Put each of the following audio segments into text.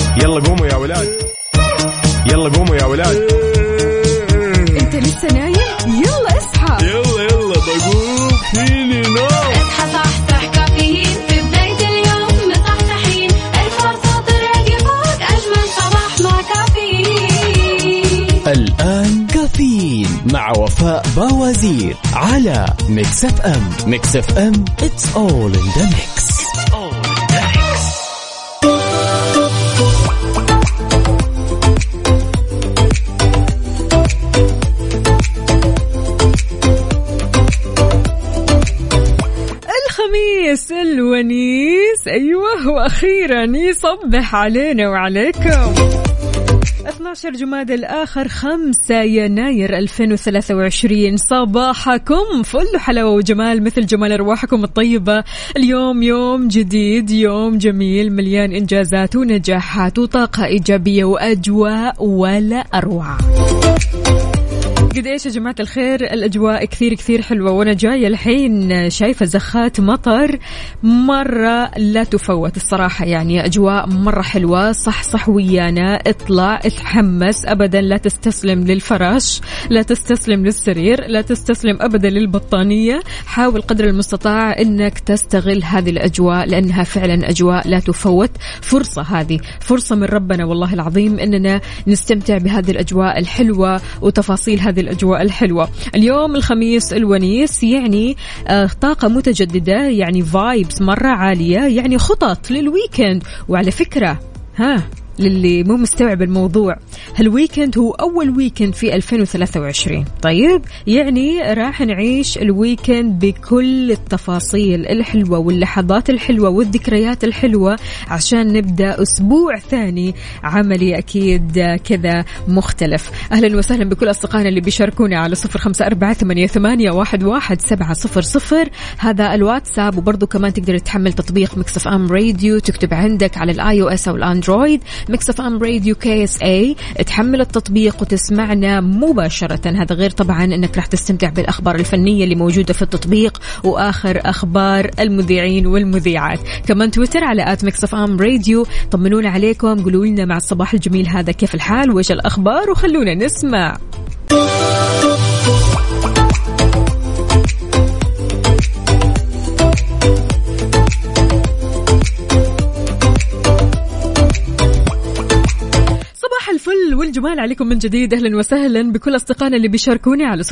يلا قوموا يا ولاد، يلا قوموا يا ولاد. انت لسه نايم؟ يلا اصحى. يلا بقوم فيني نوم. اصحى صحصح كافيين في بداية اليوم مصحصحين، الفرصة تراقي فوق أجمل صباح مع كافيين. الآن كافيين مع وفاء باوزير على ميكس اف ام. ميكس اف ام it's all in the mix. الخميس الونيس، أيوة وأخيرا يصبح علينا وعليكم. 12 جماد الآخر 5 يناير 2023. صباحكم فل حلاوة وجمال مثل جمال أرواحكم الطيبة. اليوم يوم جديد، يوم جميل مليان إنجازات ونجاحات وطاقة إيجابية وأجواء ولا أروع. قد إيش يا جماعة الخير، الأجواء كثير حلوة، وأنا جاية الحين شايفة زخات مطر مرة لا تفوت الصراحة. يعني أجواء مرة حلوة. صح ويانا، اطلع اتحمس أبدا، لا تستسلم للفراش، لا تستسلم للسرير، لا تستسلم أبدا للبطانية. حاول قدر المستطاع أنك تستغل هذه الأجواء لأنها فعلا أجواء لا تفوت. فرصة، هذه فرصة من ربنا والله العظيم أننا نستمتع بهذه الأجواء الحلوة وتفاصيل هذه الأجواء الحلوة. اليوم الخميس الونيس، يعني طاقة متجددة، يعني فايبس مرة عالية، يعني خطط للويكند. وعلى فكرة للي مو مستوعب الموضوع، هالويكند هو أول ويكند في 2023. طيب يعني راح نعيش الويكند بكل التفاصيل الحلوة واللحظات الحلوة والذكريات الحلوة عشان نبدأ أسبوع ثاني عملي أكيد كذا مختلف. أهلا وسهلا بكل أصدقائنا اللي بيشاركونا على 0548811700. هذا الواتساب، وبرضو كمان تقدر تحمل تطبيق ميكس اف ام راديو، تكتب عندك على الاي او اس او الاندرويد ميكس اف ام راديو KSA، تحمل التطبيق وتسمعنا مباشرة. هذا غير طبعا انك راح تستمتع بالاخبار الفنية اللي موجودة في التطبيق واخر اخبار المذيعين والمذيعات. كمان تويتر على @mixfmradio. طمنونا عليكم، قولوا لنا مع الصباح الجميل هذا كيف الحال وايش الاخبار، وخلونا نسمع. الفل والجمال عليكم من جديد. أهلا وسهلا بكل أصدقائنا اللي بيشاركوني على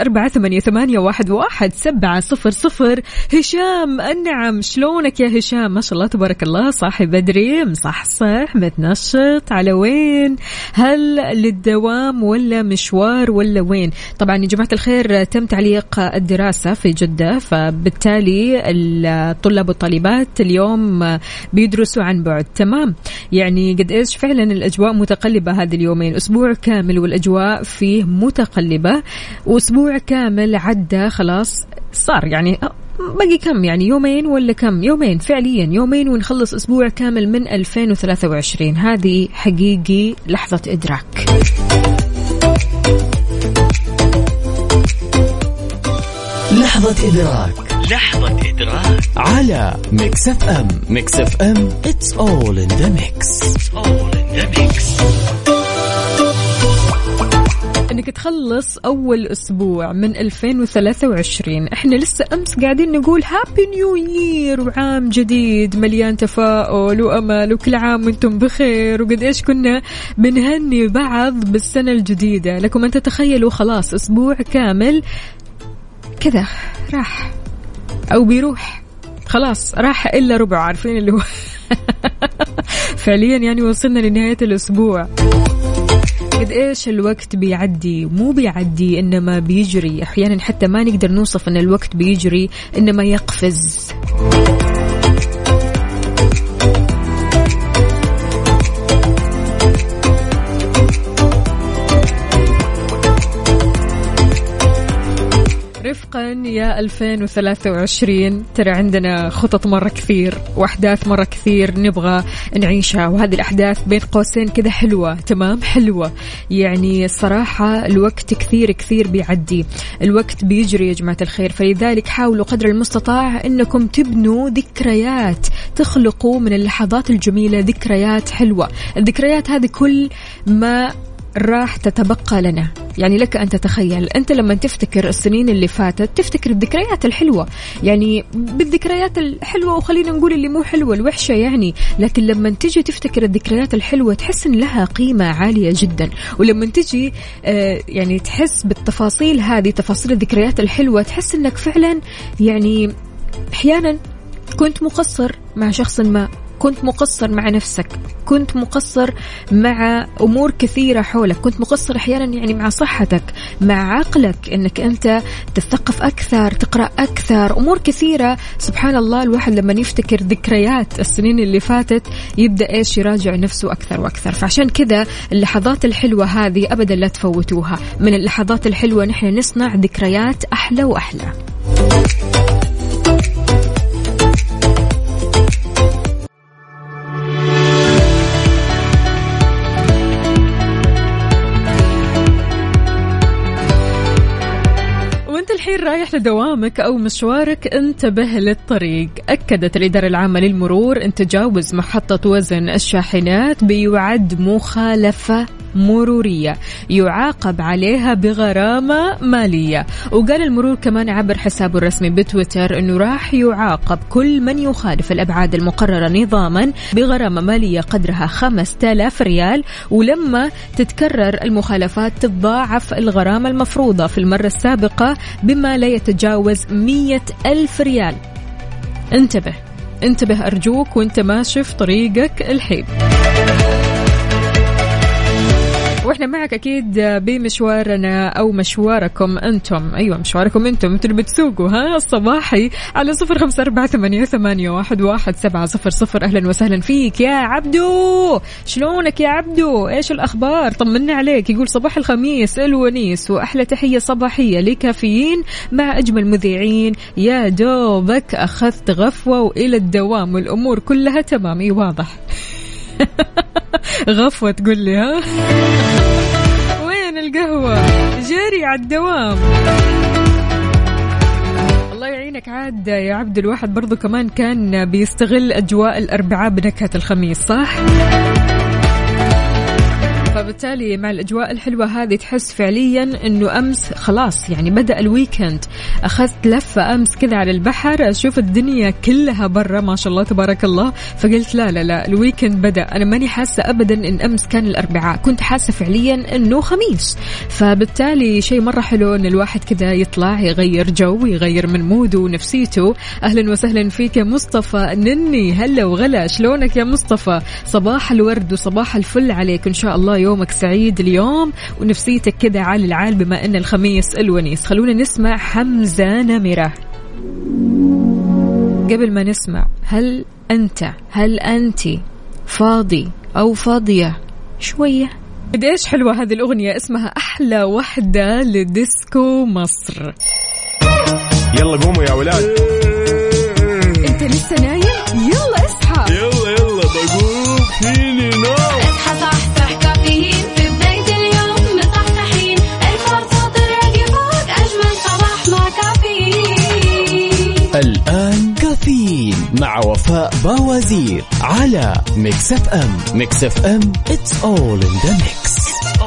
0548811700. هشام النعم، شلونك يا هشام؟ ما شاء الله تبارك الله، صاحي بدري، مصحصح، متنشط، على وين؟ هل للدوام ولا مشوار ولا وين؟ طبعا يا جماعة الخير تم تعليق الدراسة في جدة، فبالتالي الطلاب والطالبات اليوم بيدرسوا عن بعد. تمام، يعني قد إيش فعلا الأجواء متقلبة هذه اليومين، أسبوع كامل والأجواء فيه متقلبة، وأسبوع كامل عدى خلاص، صار يعني باقي كم، يعني يومين ولا كم، يومين فعليا، يومين ونخلص أسبوع كامل من 2023. هذه حقيقي لحظة إدراك. لحظة إدراك، لحظة إدراك على ميكس اف ام. ميكس اف ام it's all in the mix. It's all in the mix. انك تخلص اول اسبوع من 2023. احنا لسه امس قاعدين نقول هابي نيو يير وعام جديد مليان تفاؤل وامل وكل عام وانتم بخير، وقد ايش كنا بنهني بعض بالسنة الجديدة. لكم ان تتخيلوا خلاص اسبوع كامل كذا راح او بيروح، خلاص راح إلا ربع، عارفين اللي هو فعليا يعني وصلنا لنهاية الأسبوع. قد إيش الوقت بيعدي، مو بيعدي إنما بيجري. أحيانا حتى ما نقدر نوصف إن الوقت بيجري، إنما يقفز. رفقا إذن يا 2023 ترى عندنا خطط مرة كثير وأحداث مرة كثير نبغى نعيشها، وهذه الأحداث بين قوسين كده حلوة، تمام، حلوة. يعني الصراحة الوقت كثير كثير بيعدي، الوقت بيجري يا جماعة الخير، فلذلك حاولوا قدر المستطاع إنكم تبنوا ذكريات، تخلقوا من اللحظات الجميلة ذكريات حلوة. الذكريات هذه كل ما راح تتبقى لنا. يعني لك أن تتخيل أنت لما تفتكر السنين اللي فاتت تفتكر الذكريات الحلوة، يعني بالذكريات الحلوة، وخلينا نقول اللي مو حلوة الوحشة يعني، لكن لما تجي تفتكر الذكريات الحلوة تحس إن لها قيمة عالية جدا. ولما تجي يعني تحس بالتفاصيل هذه، تفاصيل الذكريات الحلوة، تحس إنك فعلا يعني أحيانا كنت مقصر مع شخص ما، كنت مقصر مع نفسك، كنت مقصر مع أمور كثيرة حولك، كنت مقصر أحيانا يعني مع صحتك، مع عقلك، إنك أنت تثقف أكثر، تقرأ أكثر، أمور كثيرة. سبحان الله الواحد لما يفتكر ذكريات السنين اللي فاتت يبدأ إيش يراجع نفسه أكثر وأكثر. فعشان كذا اللحظات الحلوة هذه أبدا لا تفوتوها. من اللحظات الحلوة نحن نصنع ذكريات أحلى وأحلى. الحين رايح لدوامك أو مشوارك انتبه للطريق. أكدت الإدارة العامة للمرور أن تجاوز محطة وزن الشاحنات بيعد مخالفة مرورية يعاقب عليها بغرامة مالية. وقال المرور كمان عبر حسابه الرسمي بتويتر أنه راح يعاقب كل من يخالف الأبعاد المقررة نظاما بغرامة مالية قدرها 5000 ريال، ولما تتكرر المخالفات تتضاعف الغرامة المفروضة في المرة السابقة بما لا يتجاوز 100,000 ريال. انتبه أرجوك وانت ماشي في طريقك الحين. واحنا معك اكيد بمشوارنا او مشواركم انتم. ايوه مشواركم انتم اللي بتسوقوا الصباحي على 0548811700. اهلا وسهلا فيك يا عبدو، شلونك يا عبدو؟ ايش الاخبار؟ طمنا عليك. يقول صباح الخميس الونيس واحلى تحيه صباحيه لكافيين مع اجمل مذيعين. يا دوبك اخذت غفوه والى الدوام والامور كلها تمام. اي واضح. غفوة تقول لي وين القهوة؟ جري على الدوام. الله يعينك عاد يا عبد. الواحد برضو كمان كان بيستغل أجواء الأربعاء بنكهة الخميس، صح؟ فبالتالي مع الأجواء الحلوة هذه تحس فعليا أنه أمس خلاص يعني بدأ الويكند. أخذت لفة أمس كذا على البحر أشوف الدنيا كلها برا ما شاء الله تبارك الله، فقلت لا الويكند بدأ. أنا ماني حاسة أبدا أن أمس كان الأربعاء، كنت حاسة فعليا أنه خميس. فبالتالي شيء مرة حلو أن الواحد كذا يطلع يغير جو، يغير من موده ونفسيته. أهلا وسهلا فيك يا مصطفى نني، هلا وغلا، شلونك يا مصطفى؟ صباح الورد وصباح الفل عليك، إن شاء الله يومك سعيد اليوم ونفسيتك كده عال العال بما أن الخميس الونيس. خلونا نسمع حمزة نمرة. قبل ما نسمع هل أنت فاضي أو فاضية شوية؟ قديش حلوة هذه الأغنية، اسمها أحلى وحدة لديسكو مصر. يلا قوموا يا ولاد. أنت لسه نايم؟ يلا اصحى. يلا بقوم فيني نوم. اصحى صحصح كافيين في بداية اليوم مصحصحين. الفرصة تراقي فوق أجمل صباح مع كافيين. الآن كافيين مع وفاء باوزير على ميكس اف ام. ميكس اف ام it's all in the mix.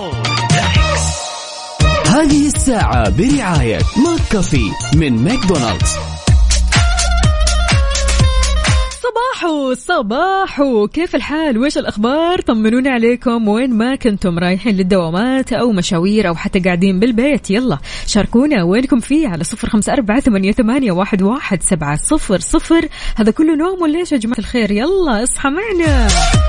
هذه الساعة برعاية ماك كافي من ماكدونالدز. صباحو كيف الحال؟ وإيش الأخبار؟ طمنوني عليكم وين ما كنتم رايحين للدوامات أو مشاوير أو حتى قاعدين بالبيت. يلا شاركونا وينكم فيه على 0548811700. هذا كله نوم ولا إيش يا جماعة الخير؟ يلا اصحى معنا.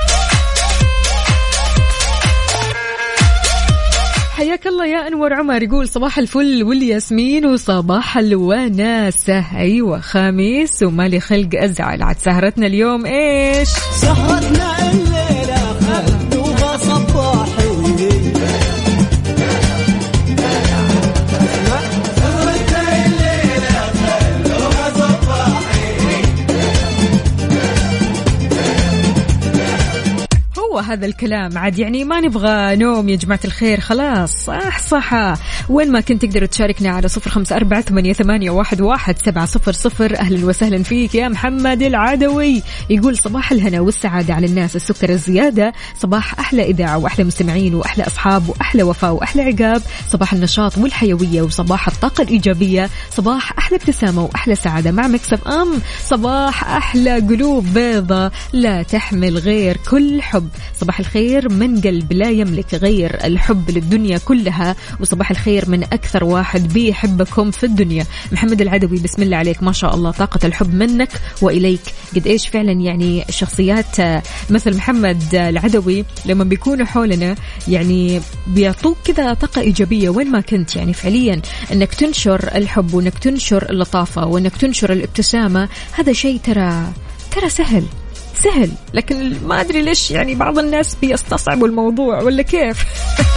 حياك الله يا أنور عمر، يقول صباح الفل والياسمين وصباح الوناسة. أيوة خميس ومالي خلق أزعل. عاد سهرتنا اليوم إيش؟ سهرتنا الليلة خلوها صباحي. سهرتنا الليلة هو هذا الكلام عاد، يعني ما نبغى نوم يا جماعة الخير، خلاص صح. وين ما كنت تقدروا تشاركنا على 0548811700. أهلا وسهلا فيك يا محمد العدوي، يقول صباح الهنا والسعادة على الناس، السكر الزيادة، صباح أحلى إذاعة وأحلى مستمعين وأحلى أصحاب وأحلى وفاء وأحلى عقاب، صباح النشاط والحيوية وصباح الطاقة الإيجابية، صباح أحلى ابتسامة وأحلى سعادة مع مكسب صباح أحلى قلوب بيضة لا تحمل غير كل حب، صباح الخير من قلب لا يملك غير الحب للدنيا كلها، وصباح الخير من أكثر واحد بيحبكم في الدنيا. محمد العدوي بسم الله عليك ما شاء الله، طاقة الحب منك وإليك. قد إيش فعلا يعني الشخصيات مثل محمد العدوي لما بيكونوا حولنا يعني بيعطوك كذا طاقة إيجابية وين ما كنت، يعني فعليا أنك تنشر الحب وأنك تنشر اللطافة وأنك تنشر الابتسامة، هذا شيء ترى سهل، لكن ما أدري ليش يعني بعض الناس بيستصعبوا الموضوع ولا كيف.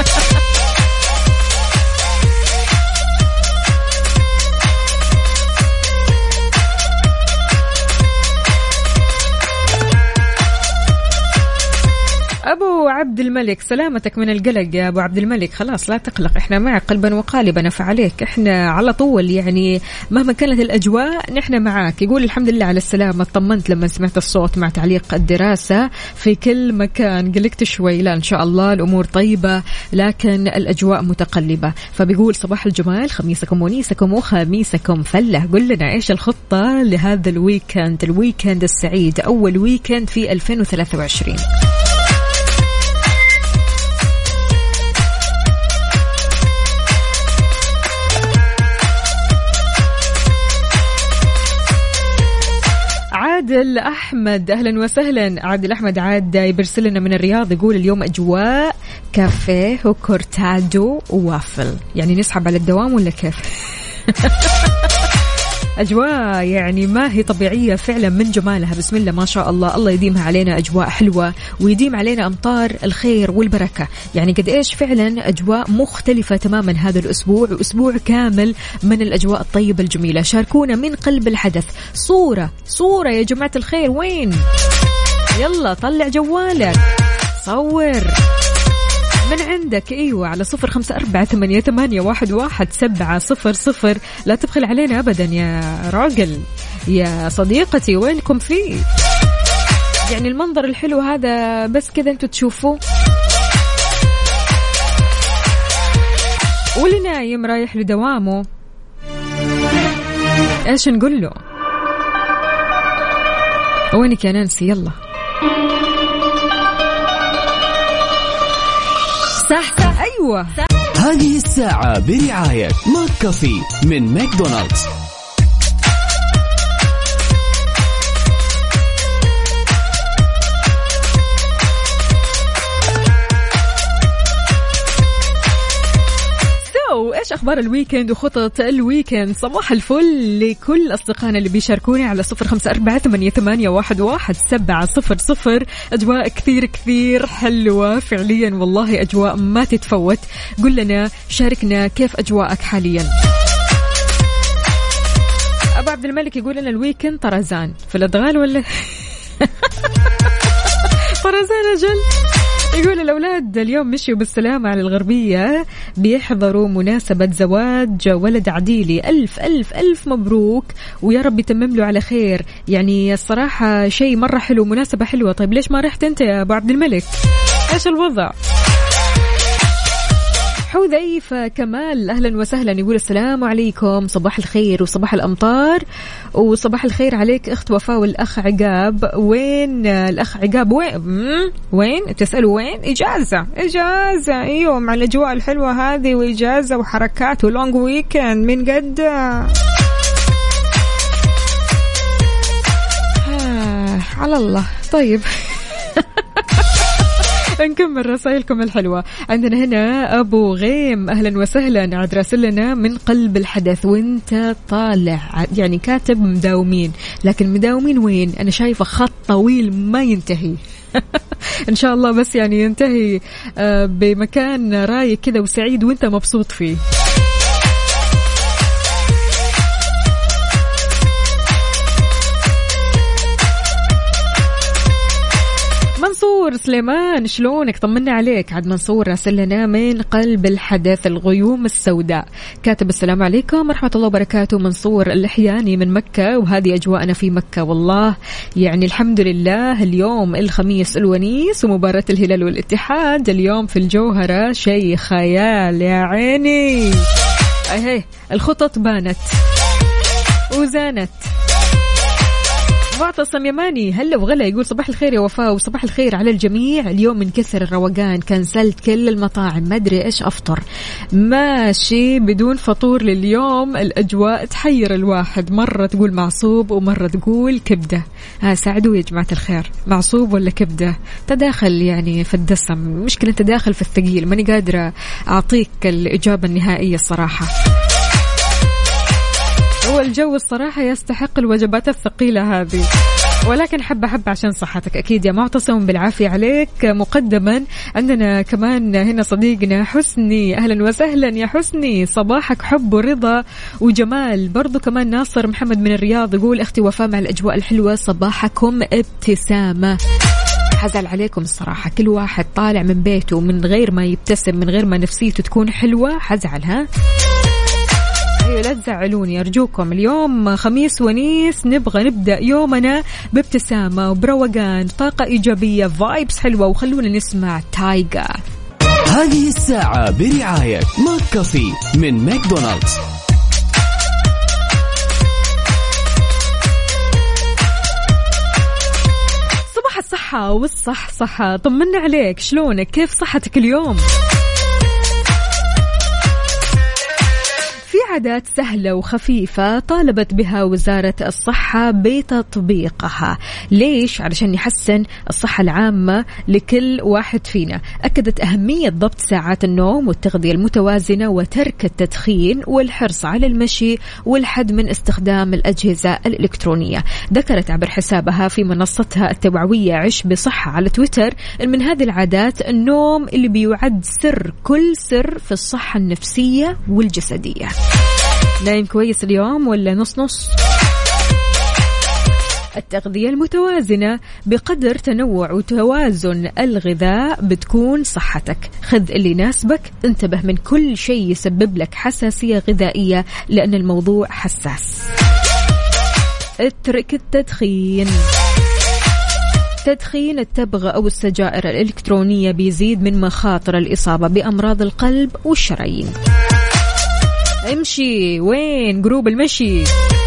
أبو عبد الملك سلامتك من القلق يا أبو عبد الملك، خلاص لا تقلق، إحنا معك قلبا وقالبا فعليك، إحنا على طول يعني مهما كانت الأجواء نحن معاك. يقول الحمد لله على السلامة، طمنت لما سمعت الصوت مع تعليق الدراسة في كل مكان، قلقت شوي، لا إن شاء الله الأمور طيبة لكن الأجواء متقلبة. فبيقول صباح الجمال، خميسكم ونيسكم وخميسكم فله، قل لنا إيش الخطة لهذا الويكند السعيد، أول ويكند في 2023. عادل أحمد أهلا وسهلا، عادل أحمد عاد يبرسل لنا من الرياض، يقول اليوم أجواء كافيه وكورتادو ووافل، يعني نسحب على الدوام ولا كيف؟ أجواء يعني ما هي طبيعية فعلا من جمالها، بسم الله ما شاء الله، الله يديمها علينا أجواء حلوة ويديم علينا أمطار الخير والبركة. يعني قد إيش فعلا أجواء مختلفة تماما هذا الأسبوع، وأسبوع كامل من الأجواء الطيبة الجميلة. شاركونا من قلب الحدث صورة يا جماعة الخير، وين يلا طلع جوالك صور من عندك، أيوة على 0548811700. لا تبخل علينا أبدا يا راجل يا صديقتي، وينكم فيه؟ يعني المنظر الحلو هذا بس كذا أنتوا تشوفوه، واللي نايم رايح لدوامه إيش نقول له؟ وينك يا نانسي؟ يلا صح أيوة. هذه الساعة برعاية ماك كافي من ماكدونالدز. إيش أخبار الويكند وخطط الويكند؟ صباح الفل لكل أصدقائنا اللي بيشاركوني على 0548811700. أجواء كثير حلوة فعليا والله، أجواء ما تتفوت. قل لنا شاركنا كيف أجواءك حاليا. أبو عبد الملك يقول لنا الويكند طرزان في الأدغال ولا طرزان أجل. يقول الأولاد اليوم مشيوا بالسلامة على الغربية، بيحضروا مناسبة زواج ولد عديلي، ألف ألف ألف مبروك ويا رب يتمم له على خير. يعني الصراحة شيء مرة حلو، مناسبة حلوة. طيب ليش ما رحت أنت يا أبو عبد الملك؟ إيش الوضع؟ حذيفة كمال أهلا وسهلا، يقول السلام عليكم، صباح الخير وصباح الأمطار وصباح الخير عليك أخت وفاء والأخ عقاب. وين الأخ عقاب؟ وين تسألوا وين؟ إجازة أيوة مع الأجواء الحلوة هذه، وإجازة وحركات ولونج ويكند من قد على الله. طيب نكمل رسائلكم الحلوة. عندنا هنا أبو غيم أهلا وسهلا، عاد راسلنا من قلب الحدث وانت طالع، يعني كاتب مداومين، لكن مداومين وين؟ أنا شايفة خط طويل ما ينتهي. إن شاء الله بس يعني ينتهي بمكان رايق كذا وسعيد وانت مبسوط فيه. منصور سليمان شلونك؟ طمنا عليك. عاد منصور راسل لنا من قلب الحدث الغيوم السوداء، كاتب السلام عليكم ورحمة الله وبركاته. منصور اللحياني من مكة، وهذه أجواءنا في مكة والله يعني الحمد لله. اليوم الخميس الونيس ومباراة الهلال والاتحاد اليوم في الجوهرة، شيء خيال يا عيني. اهي الخطط بانت وزانت. معتصم يماني هلا وغلا يقول صباح الخير يا وفاء وصباح الخير على الجميع. اليوم من كثر الروقان كنسلت كل المطاعم، ما ادري ايش افطر، ماشي بدون فطور لليوم. الاجواء تحير الواحد، مرة تقول معصوب ومرة تقول كبدة. ساعدوا يا جماعة الخير، معصوب ولا كبدة؟ تداخل يعني في الدسم، مشكلة تداخل في الثقيل، ماني قادرة اعطيك الإجابة النهائية الصراحة. هو الجو الصراحة يستحق الوجبات الثقيلة هذه، ولكن حبة عشان صحتك أكيد يا معتصم. بالعافية عليك مقدما. عندنا كمان هنا صديقنا حسني، أهلا وسهلا يا حسني، صباحك حب ورضا وجمال. برضو كمان ناصر محمد من الرياض يقول أختي وفاء مع الأجواء الحلوة، صباحكم ابتسامة. حزعل عليكم الصراحة، كل واحد طالع من بيته من غير ما يبتسم، من غير ما نفسيته تكون حلوة، حزعل. ها أيوة لا تزعلوني أرجوكم. اليوم خميس ونيس، نبغى نبدأ يومنا بابتسامة وبروقان، طاقة إيجابية، فايبس حلوة، وخلونا نسمع تايجا. هذه الساعة برعاية ماك كافي من ماكدونالدز. صباح الصحة والصحة، طمنا عليك، شلونك؟ كيف صحتك اليوم؟ عادات سهلة وخفيفة طالبت بها وزارة الصحة بتطبيقها. ليش؟ علشان يحسن الصحة العامة لكل واحد فينا. أكدت أهمية ضبط ساعات النوم والتغذية المتوازنة وترك التدخين والحرص على المشي والحد من استخدام الأجهزة الإلكترونية. ذكرت عبر حسابها في منصتها التوعوية عش بصحة على تويتر من هذه العادات النوم اللي بيعد كل سر في الصحة النفسية والجسدية. نايم كويس اليوم ولا نص؟ التغذية المتوازنة بقدر تنوع وتوازن الغذاء بتكون صحتك. خذ اللي يناسبك، انتبه من كل شيء يسبب لك حساسية غذائية لأن الموضوع حساس. اترك التدخين. تدخين التبغ أو السجائر الإلكترونية بيزيد من مخاطر الإصابة بأمراض القلب والشرايين. امشي. وين جروب المشي؟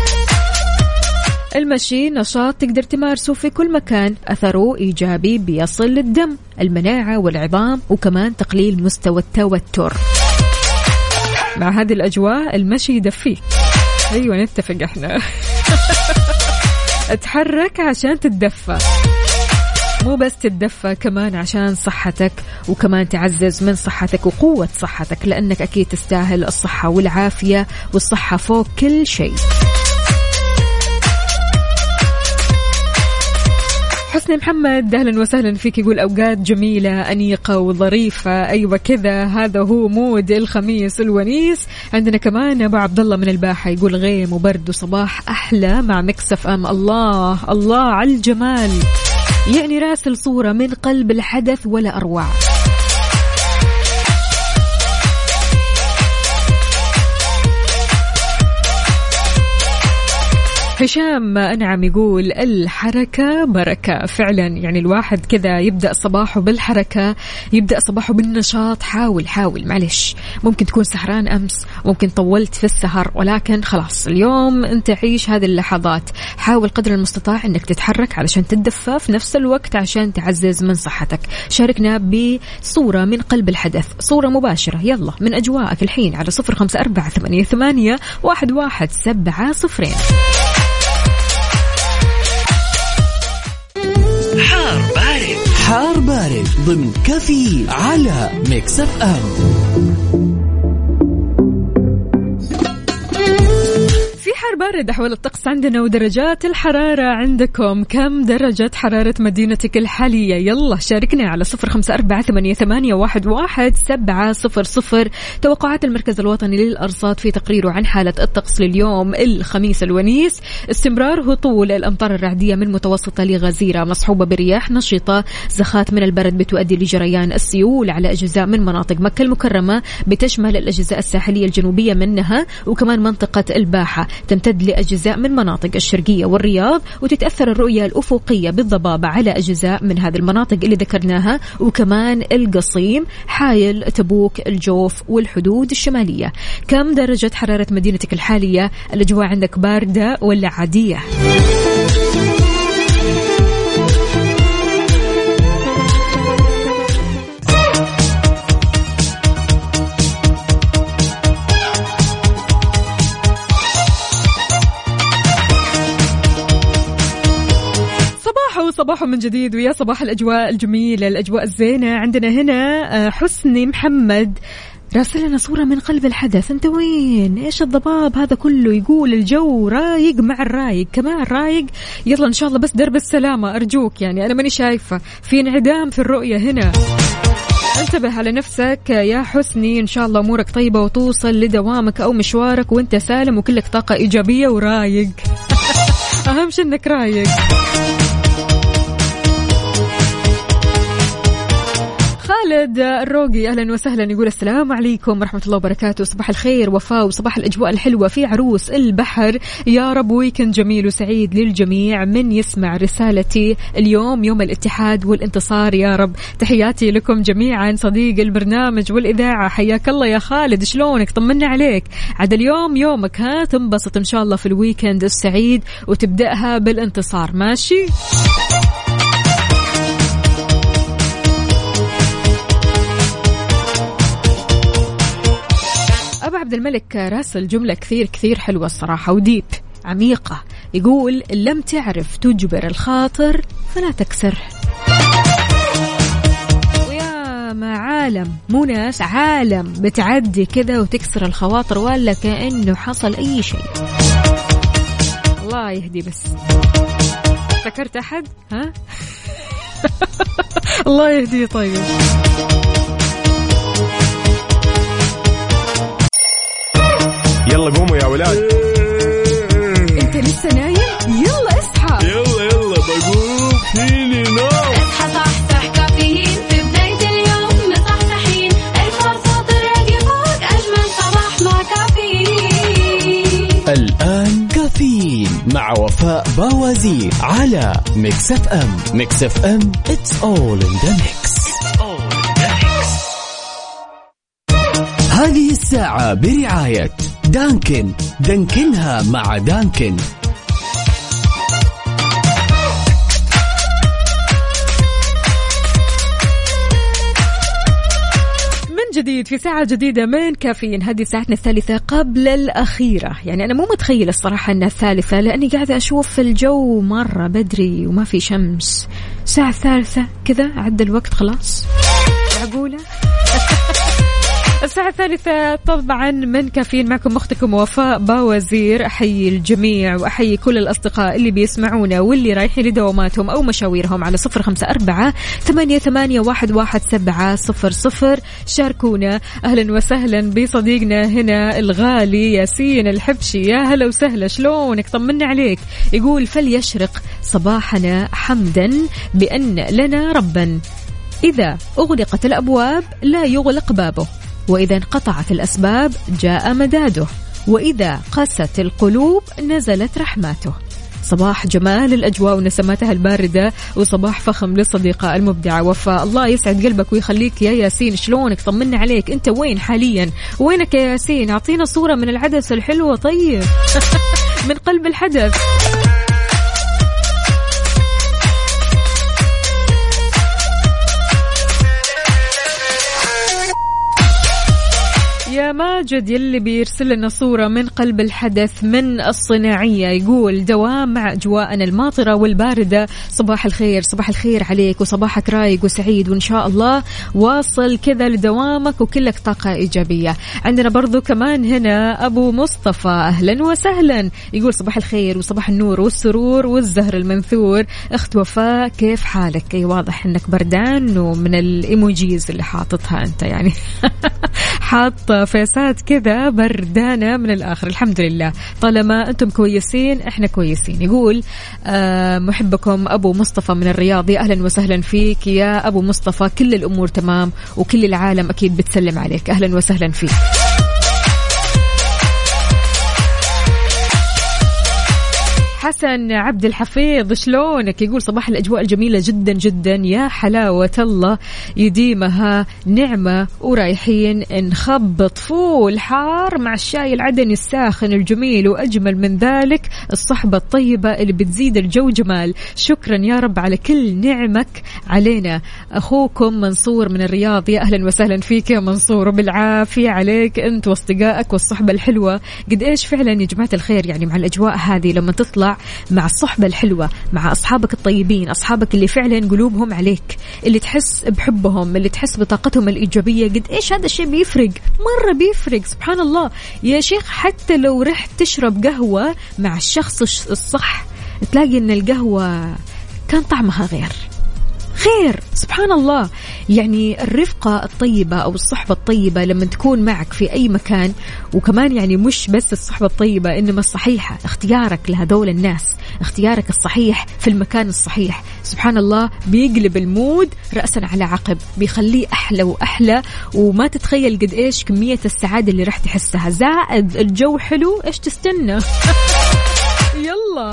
المشي نشاط تقدر تمارسه في كل مكان، أثره إيجابي، بيصل للدم، المناعة والعظام، وكمان تقليل مستوى التوتر. مع هذه الأجواء المشي يدفيك. أيوة نتفق احنا. اتحرك عشان تتدفى، مو بس تتدفى، كمان عشان صحتك، وكمان تعزز من صحتك وقوة صحتك، لأنك أكيد تستاهل الصحة والعافية، والصحة فوق كل شيء. حسني محمد أهلا وسهلا فيك، يقول أوقات جميلة أنيقة وظريفة. أيوة كذا، هذا هو مود الخميس الونيس. عندنا كمان أبو عبد الله من الباحة يقول غيم وبرد وصباح أحلى مع ميكس اف ام. الله الله على الجمال، يعني راسل صورة من قلب الحدث ولا أروع. هشام أنعم يقول الحركة بركة. فعلا يعني الواحد كذا يبدأ صباحه بالحركة، يبدأ صباحه بالنشاط. حاول معلش، ممكن تكون سهران أمس، ممكن طولت في السهر، ولكن خلاص اليوم أنت عيش هذه اللحظات. حاول قدر المستطاع أنك تتحرك علشان تتدفى في نفس الوقت عشان تعزز من صحتك. شاركنا بصورة من قلب الحدث، صورة مباشرة يلا من أجواءك الحين على 0548811700. حار بارد ضمن كفي على ميكس اف ام. في حار بارد أحوال الطقس عندنا ودرجات الحرارة عندكم. كم درجة حرارة مدينتك الحالية؟ يلا شاركنا على 0548811700. توقعات المركز الوطني للأرصاد في تقريره عن حالة الطقس لليوم الخميس الونيس: استمرار هطول الأمطار الرعدية من متوسطة لغزيرة مصحوبة برياح نشطة. زخات من البرد بتؤدي لجريان السيول على أجزاء من مناطق مكة المكرمة، بتشمل الأجزاء الساحلية الجنوبية منها وكمان منطقة الباحة، تمتد لأجزاء من مناطق الشرقية والرياض، وتتأثر الرؤية الأفقية بالضبابة على أجزاء من هذه المناطق اللي ذكرناها، وكمان القصيم، حايل، تبوك، الجوف والحدود الشمالية. كم درجة حرارة مدينتك الحالية؟ الأجواء عندك باردة ولا عادية؟ صباح من جديد، ويا صباح الأجواء الجميلة، الأجواء الزينة. عندنا هنا حسني محمد راسل لنا صورة من قلب الحدث. انت وين؟ ايش الضباب هذا كله؟ يقول الجو رايق مع الرايق، كمان رايق. يلا ان شاء الله بس درب السلامة أرجوك، يعني أنا ماني شايفة في انعدام في الرؤية هنا. انتبه على نفسك يا حسني، إن شاء الله أمورك طيبة وتوصل لدوامك أو مشوارك وانت سالم وكلك طاقة إيجابية ورايق. أهم شيء إنك رايق. خالد الروقي أهلا وسهلا، يقول السلام عليكم ورحمة الله وبركاته. صباح الخير وفاء وصباح الأجواء الحلوة في عروس البحر، يا رب ويكند جميل وسعيد للجميع. من يسمع رسالتي اليوم يوم الاتحاد والانتصار يا رب. تحياتي لكم جميعا صديق البرنامج والإذاعة، حياك الله يا خالد، شلونك؟ طمنا عليك. عاد اليوم يومك، ها تنبسط إن شاء الله في الويكند السعيد وتبدأها بالانتصار، ماشي؟ أبو عبد الملك راسل جملة كثير حلوة الصراحة وديب عميقة. يقول لم تعرف تجبر الخاطر فلا تكسره. ويا ما عالم، مو ناس، عالم بتعدي كذا وتكسر الخواطر ولا كأنه حصل أي شيء. الله يهدي. بس ذكرت أحد؟ ها؟ الله يهدي. طيب يلا قوموا يا ولاد. انت لسه نايم؟ يلا اصحى. يلا بقوم فيني نوم. اصحى صحصح كافيين في بداية اليوم مصحصحين، الفرصة تراقي فوق أجمل صباح مع كافيين. الآن كافيين مع وفاء باوزير على ميكس اف ام. ميكس اف ام it's all in the mix. هذه الساعة برعاية دانكن، دانكنها مع دانكن. من جديد في ساعة جديدة من كافيين. هذه ساعتنا الثالثة قبل الأخيرة، يعني أنا مو متخيلة الصراحة أنها الثالثة لأني قاعدة أشوف الجو مرة بدري وما في شمس. ساعة الثالثة كذا عد الوقت خلاص، معقولة؟ الساعة الثالثة طبعا من كافيين، معكم أختكم وفاء باوزير. أحيي الجميع وأحيي كل الأصدقاء اللي بيسمعونا واللي رايحين لدواماتهم أو مشاويرهم على 0548811700. شاركونا. أهلا وسهلا بصديقنا هنا الغالي ياسين الحبشي، يا هلا وسهلا، شلونك؟ طمنا عليك. يقول فليشرق صباحنا حمدا بأن لنا ربا، إذا أغلقت الأبواب لا يغلق بابه، وإذا انقطعت الأسباب جاء مداده، وإذا قست القلوب نزلت رحماته. صباح جمال الأجواء ونسماتها الباردة، وصباح فخم للصديقة المبدعة وفاء. الله يسعد قلبك ويخليك يا ياسين، شلونك؟ طمنا عليك. أنت وين حاليا؟ وينك يا ياسين؟ أعطينا صورة من الحدث الحلوة طيب. من قلب الحدث. يا ماجد يلي بيرسل لنا صورة من قلب الحدث من الصناعية، يقول دوام مع أجواءنا الماطرة والباردة. صباح الخير، صباح الخير عليك وصباحك رايق وسعيد، وإن شاء الله واصل كذا لدوامك وكلك طاقة إيجابية. عندنا برضو كمان هنا أبو مصطفى، أهلا وسهلا، يقول صباح الخير وصباح النور والسرور والزهر المنثور. أخت وفاء كيف حالك؟ أي واضح إنك بردان، ومن الإيموجيز اللي حاططها أنت يعني حاط فيسات كذا بردانة من الآخر. الحمد لله طالما أنتم كويسين إحنا كويسين. يقول محبكم أبو مصطفى من الرياض، أهلا وسهلا فيك يا أبو مصطفى، كل الأمور تمام وكل العالم أكيد بتسلم عليك، أهلا وسهلا فيك. حسن عبد الحفيظ شلونك؟ يقول صباح الأجواء الجميلة جدا جدا، يا حلاوة الله يديمها نعمة، ورايحين نخبط فول حار مع الشاي العدني الساخن الجميل، وأجمل من ذلك الصحبة الطيبة اللي بتزيد الجو جمال. شكرا يا رب على كل نعمك علينا. أخوكم منصور من الرياض، يا أهلا وسهلا فيك يا منصور، وبالعافية عليك أنت واصدقائك والصحبة الحلوة. قد إيش فعلا يا جماعة الخير يعني مع الأجواء هذه لما تطلع مع الصحبة الحلوة، مع أصحابك الطيبين، أصحابك اللي فعلا قلوبهم عليك، اللي تحس بحبهم، اللي تحس بطاقتهم الإيجابية، قد إيش هذا الشيء بيفرق، مرة بيفرق سبحان الله يا شيخ. حتى لو رحت تشرب قهوة مع الشخص الصح تلاقي إن القهوة كان طعمها غير سبحان الله. يعني الرفقة الطيبة أو الصحبة الطيبة لما تكون معك في أي مكان، وكمان يعني مش بس الصحبة الطيبة إنما الصحيحة، اختيارك لهذول الناس، اختيارك الصحيح في المكان الصحيح، سبحان الله بيقلب المود رأسا على عقب، بيخليه أحلى وأحلى، وما تتخيل قد إيش كمية السعادة اللي راح تحسها، زائد الجو حلو، إيش تستنى؟ يلا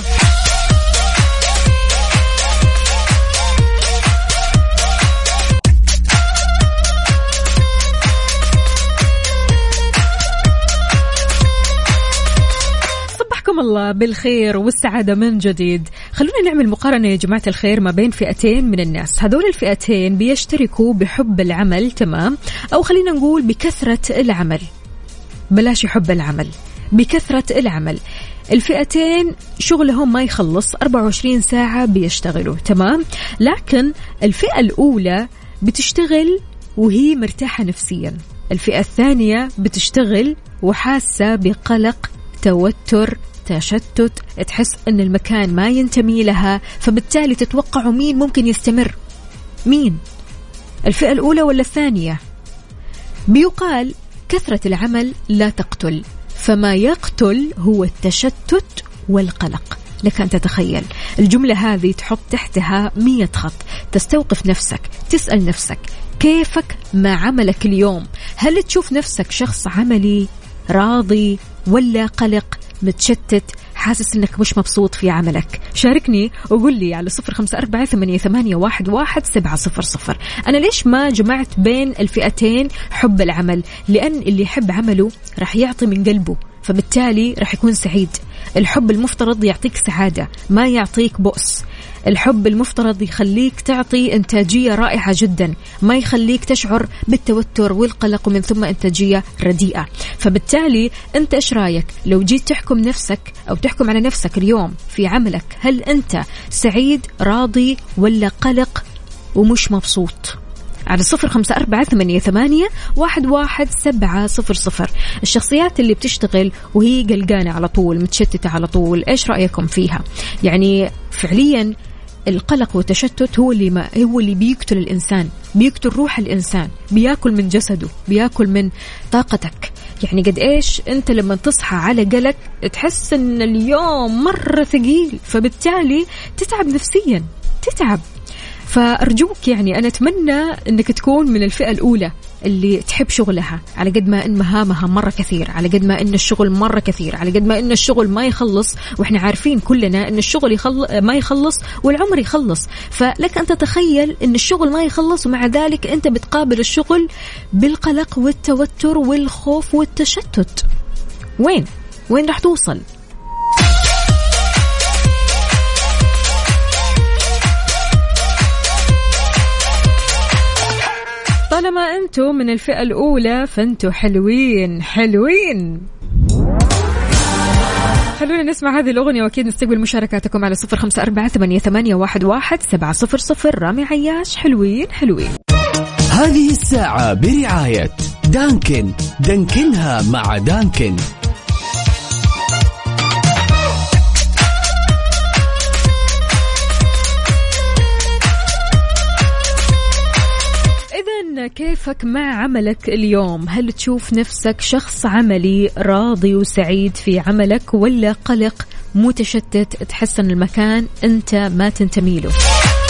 الله بالخير والسعادة من جديد. خلونا نعمل مقارنة يا جماعة الخير ما بين فئتين من الناس. هذول الفئتين بيشتركوا بحب العمل، تمام، أو خلينا نقول بكثرة العمل، بلاش حب العمل، بكثرة العمل. الفئتين شغلهم ما يخلص، 24 ساعة بيشتغلوا، تمام. لكن الفئة الأولى بتشتغل وهي مرتاحة نفسيا، الفئة الثانية بتشتغل وحاسة بقلق، توتر، تشتت، تحس أن المكان ما ينتمي لها، فبالتالي تتوقعوا مين ممكن يستمر، مين الفئة الأولى ولا الثانية؟ بيقال كثرة العمل لا تقتل، فما يقتل هو التشتت والقلق. لك أن تتخيل الجملة هذه تحط تحتها 100 خط، تستوقف نفسك، تسأل نفسك كيفك مع عملك اليوم؟ هل تشوف نفسك شخص عملي راضي ولا قلق متشتت حاسس انك مش مبسوط في عملك؟ شاركني وقول لي على 0548811700. انا ليش ما جمعت بين الفئتين حب العمل؟ لان اللي يحب عمله راح يعطي من قلبه، فبالتالي راح يكون سعيد. الحب المفترض يعطيك سعادة، ما يعطيك بؤس. الحب المفترض يخليك تعطي إنتاجية رائعة جدا، ما يخليك تشعر بالتوتر والقلق ومن ثم إنتاجية رديئة. فبالتالي أنت إيش رأيك لو جيت تحكم نفسك أو تحكم على نفسك اليوم في عملك؟ هل أنت سعيد راضي ولا قلق ومش مبسوط؟ على 0548811700. الشخصيات اللي بتشتغل وهي قلقانة على طول، متشتتة على طول، إيش رأيكم فيها؟ يعني فعليا القلق والتشتت هو اللي بيقتل الإنسان، بيقتل روح الإنسان، بياكل من جسده، بياكل من طاقتك. يعني قد إيش أنت لما تصحى على قلق تحس أن اليوم مرة ثقيل، فبالتالي تتعب نفسيا، تتعب. فأرجوك يعني أنا أتمنى أنك تكون من الفئة الأولى اللي تحب شغلها، على قد ما إن مهامها مرة كثير، على قد ما إن الشغل مرة كثير، على قد ما إن الشغل ما يخلص، وإحنا عارفين كلنا إن الشغل ما يخلص والعمر يخلص. فلك أن تتخيل إن الشغل ما يخلص ومع ذلك أنت بتقابل الشغل بالقلق والتوتر والخوف والتشتت. وين راح توصل؟ طالما أنتم من الفئة الأولى فأنتم حلوين حلوين. خلونا نسمع هذه الأغنية وأكيد نستقبل مشاركاتكم على 0548811700. رامي عياش حلوين حلوين. هذه الساعة برعاية دانكن، دانكنها مع دانكن. إذن كيفك مع عملك اليوم؟ هل تشوف نفسك شخص عملي راضي وسعيد في عملك، ولا قلق متشتت تحس أن المكان أنت ما تنتمي له؟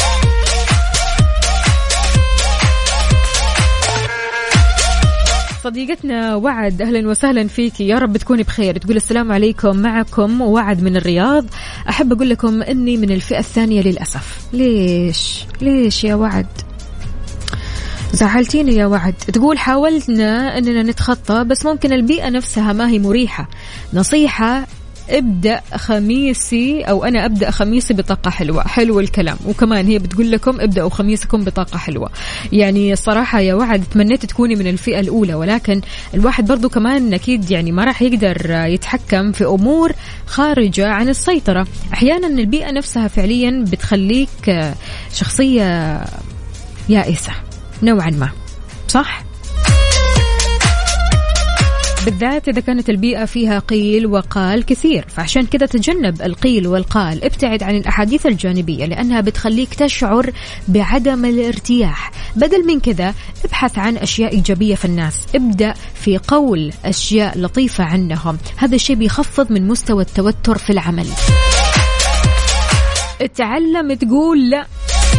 صديقتنا وعد، أهلا وسهلا فيكي، يا رب تكوني بخير. تقول السلام عليكم، معكم وعد من الرياض. أحب أقول لكم أني من الفئة الثانية للأسف. ليش يا وعد؟ زعلتيني يا وعد. تقول حاولنا أننا نتخطى بس ممكن البيئة نفسها ما هي مريحة. نصيحة، ابدأ خميسي أو أنا أبدأ خميسي بطاقة حلوة. حلو الكلام. وكمان هي بتقول لكم ابدأوا خميسكم بطاقة حلوة. يعني الصراحة يا وعد تمنيت تكوني من الفئة الأولى، ولكن الواحد برضو كمان أكيد يعني ما راح يقدر يتحكم في أمور خارجة عن السيطرة. أحيانا البيئة نفسها فعليا بتخليك شخصية يائسة نوعا ما، صح؟ بالذات إذا كانت البيئة فيها قيل وقال كثير. فعشان كده تجنب القيل والقال، ابتعد عن الأحاديث الجانبية لأنها بتخليك تشعر بعدم الارتياح. بدل من كده ابحث عن أشياء إيجابية في الناس، ابدأ في قول أشياء لطيفة عنهم. هذا الشيء بيخفض من مستوى التوتر في العمل. اتعلم تقول لا،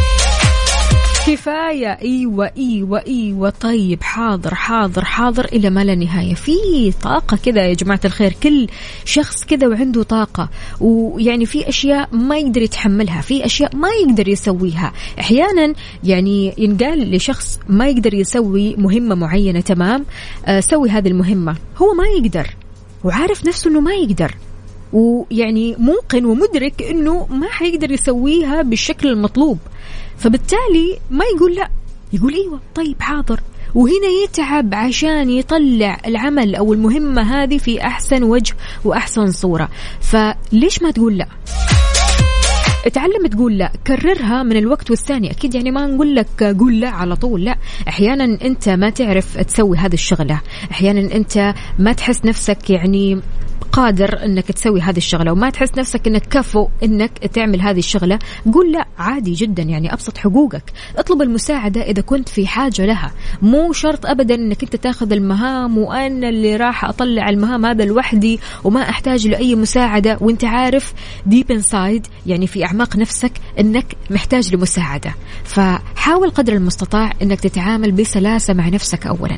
كفاية أيوة طيب حاضر إلى ما لا نهاية. في طاقة كذا يا جماعة الخير، كل شخص كذا وعنده طاقة، ويعني في أشياء ما يقدر يتحملها، في أشياء ما يقدر يسويها. أحيانا يعني ينقال لشخص ما يقدر يسوي مهمة معينة، تمام، سوي هذه المهمة، هو ما يقدر وعارف نفسه أنه ما يقدر، ويعني موقن ومدرك أنه ما حيقدر يسويها بالشكل المطلوب، فبالتالي ما يقول لا، يقول ايوه طيب حاضر، وهنا يتعب عشان يطلع العمل او المهمة هذه في احسن وجه واحسن صورة. فليش ما تقول لا؟ اتعلم تقول لا، كررها من الوقت والثاني. اكيد يعني ما نقول لك قول لا على طول، لا، احيانا انت ما تعرف تسوي هذه الشغلة، احيانا انت ما تحس نفسك يعني قادر انك تسوي هذه الشغلة، وما تحس نفسك انك كفو انك تعمل هذه الشغلة. قول لا عادي جدا، يعني ابسط حقوقك. اطلب المساعدة اذا كنت في حاجة لها، مو شرط ابدا انك انت تاخذ المهام وانا اللي راح اطلع المهام هذا لوحدي وما احتاج لاي مساعدة، وانت عارف ديب انسايد يعني في اعماق نفسك انك محتاج لمساعدة. فحاول قدر المستطاع انك تتعامل بسلاسة مع نفسك اولا.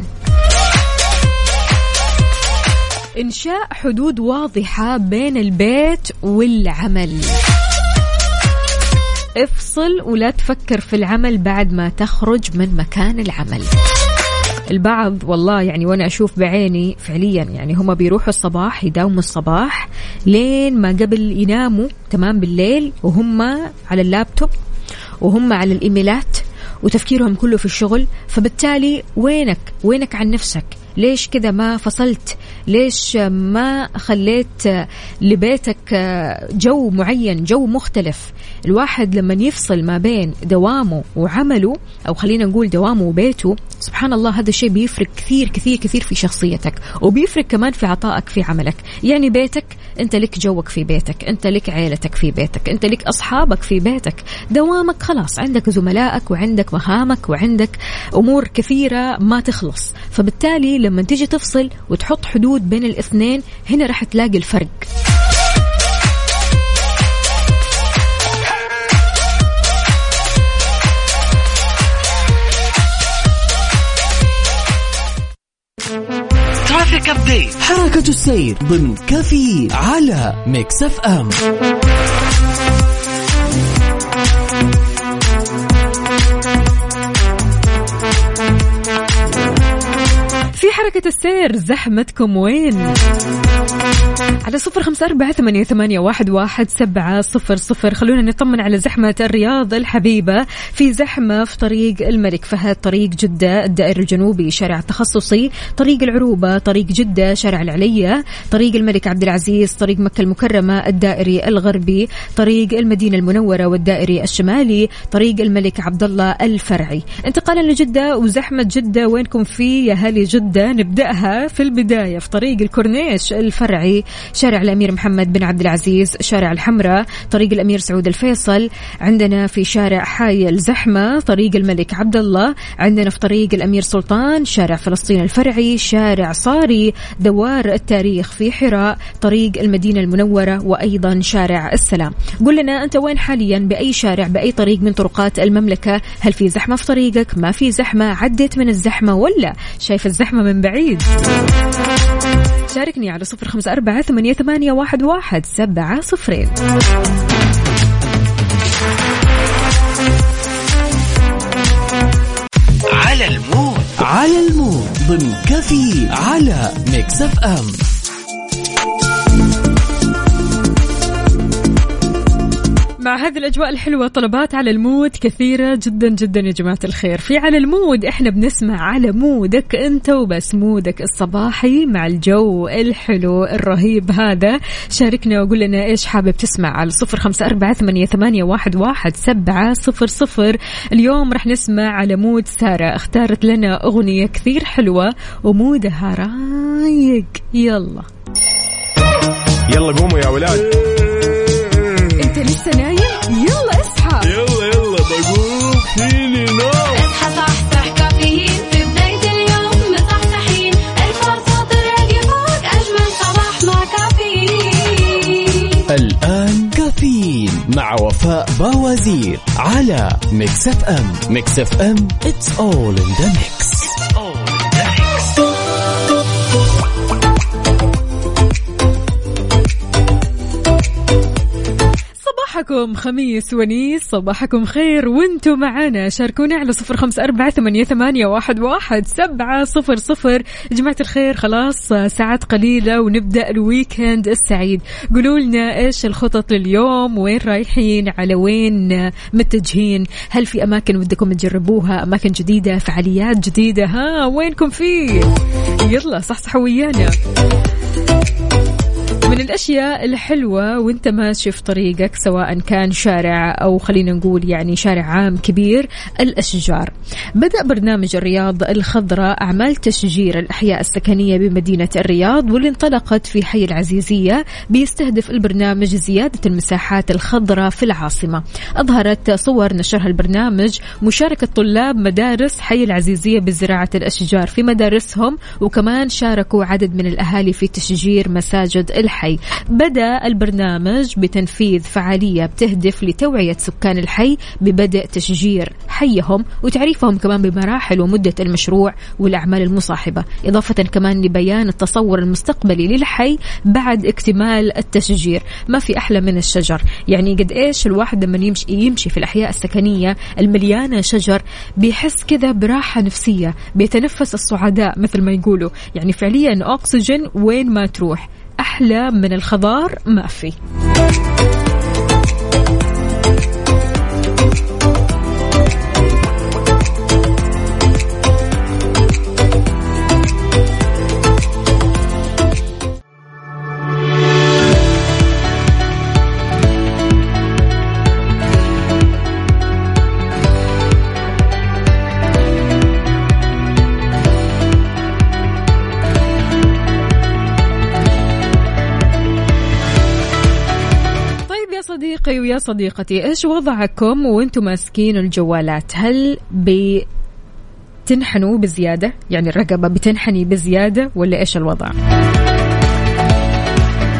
إنشاء حدود واضحة بين البيت والعمل. افصل ولا تفكر في العمل بعد ما تخرج من مكان العمل. البعض والله يعني وأنا أشوف بعيني فعليا يعني هم بيروحوا الصباح، يداوموا الصباح لين ما قبل يناموا تمام بالليل، وهم على اللابتوب وهم على الإيميلات وتفكيرهم كله في الشغل. فبالتالي وينك عن نفسك؟ ليش كذا ما فصلت؟ ليش ما خليت لبيتك جو معين، جو مختلف؟ الواحد لما يفصل ما بين دوامه وعمله، أو خلينا نقول دوامه وبيته، سبحان الله هذا الشيء بيفرق كثير كثير كثير في شخصيتك، وبيفرق كمان في عطائك في عملك. يعني بيتك أنت لك جوك في بيتك، أنت لك عائلتك في بيتك، أنت لك أصحابك في بيتك. دوامك خلاص عندك زملائك وعندك مهامك وعندك أمور كثيرة ما تخلص. فبالتالي لما تيجي تفصل وتحط حدود بين الاثنين، هنا راح تلاقي الفرق. ترافيك أبديت، حركة السير ضمن كافيين على ميكس اف ام. في حركة السير زحمتكم وين؟ على 0548811700. خلونا نطمن على زحمة الرياض الحبيبة. في زحمة في طريق الملك فهد، طريق جدة الدائري الجنوبي، شارع التخصصي، طريق العروبة، طريق جدة، شارع العلية، طريق الملك عبد العزيز، طريق مكة المكرمة الدائري الغربي، طريق المدينة المنورة والدائري الشمالي، طريق الملك عبد الله الفرعي. انتقالا لجدة وزحمة جدة، وينكم في يا هالي جدة؟ نبدأها في البداية في طريق الكورنيش الفرعي، شارع الأمير محمد بن عبد العزيز، شارع الحمراء، طريق الأمير سعود الفيصل. عندنا في شارع حايل زحمة، طريق الملك عبد الله. عندنا في طريق الأمير سلطان، شارع فلسطين الفرعي، شارع صاري، دوار التاريخ في حراء، طريق المدينة المنورة، وأيضا شارع السلام. قل لنا أنت وين حاليا، بأي شارع، بأي طريق من طرقات المملكة؟ هل في زحمة في طريقك؟ ما في زحمة؟ عديت من الزحمة ولا شايف الزحمة من بعيد؟ شاركني على 0548811700. على المود ضمن كفي على ميكس اف ام. مع هذه الأجواء الحلوة طلبات على المود كثيرة جدا جدا يا جماعة الخير. في على المود احنا بنسمع على مودك انت وبس، مودك الصباحي مع الجو الحلو الرهيب هذا. شاركنا وقول لنا ايش حابب تسمع على 0548811700. اليوم رح نسمع على مود سارة، اختارت لنا أغنية كثير حلوة ومودها رايق. يلا قوموا يا ولاد. لسه نايم؟ يلا اصحى. يلا بقوم فيني نوم. اصحى صحصح كافيين في بداية اليوم مصحصحين، الفرصة تراقي فوق أجمل صباح مع كافيين. الآن كافيين مع وفاء باوزير على ميكس اف ام. ميكس اف ام it's all in the mix. صباحكم خميس ونيس، صباحكم خير وانتم معنا. شاركونا على 0548811700. جماعة الخير خلاص ساعات قليلة ونبدأ الويكند السعيد. قولوا لنا ايش الخطط لليوم، وين رايحين، على وين متجهين، هل في أماكن ودكم تجربوها، أماكن جديدة، فعاليات جديدة، ها وينكم فيه؟ يلا صحصحوا ويانا. من الأشياء الحلوة وانت ماشي في طريقك، سواء كان شارع أو خلينا نقول يعني شارع عام كبير، الأشجار. بدأ برنامج الرياض الخضراء أعمال تشجير الأحياء السكنية بمدينة الرياض، واللي انطلقت في حي العزيزية. بيستهدف البرنامج زيادة المساحات الخضراء في العاصمة. أظهرت صور نشرها البرنامج مشاركة طلاب مدارس حي العزيزية بزراعة الأشجار في مدارسهم، وكمان شاركوا عدد من الأهالي في تشجير مساجد الحي. بدأ البرنامج بتنفيذ فعالية بتهدف لتوعية سكان الحي ببدء تشجير حيهم وتعريفهم كمان بمراحل ومدة المشروع والأعمال المصاحبة، إضافة كمان لبيان التصور المستقبلي للحي بعد اكتمال التشجير. ما في أحلى من الشجر، يعني قد إيش الواحد لما يمشي في الأحياء السكنية المليانة شجر بيحس كذا براحة نفسية، بيتنفس الصعداء مثل ما يقولوا، يعني فعليا أكسجين وين ما تروح. أحلى من الخضار ما في. صديقي ويا صديقتي، إيش وضعكم وانتم ماسكين الجوالات؟ هل بتنحنوا بزيادة؟ يعني الرقبة بتنحني بزيادة ولا إيش الوضع؟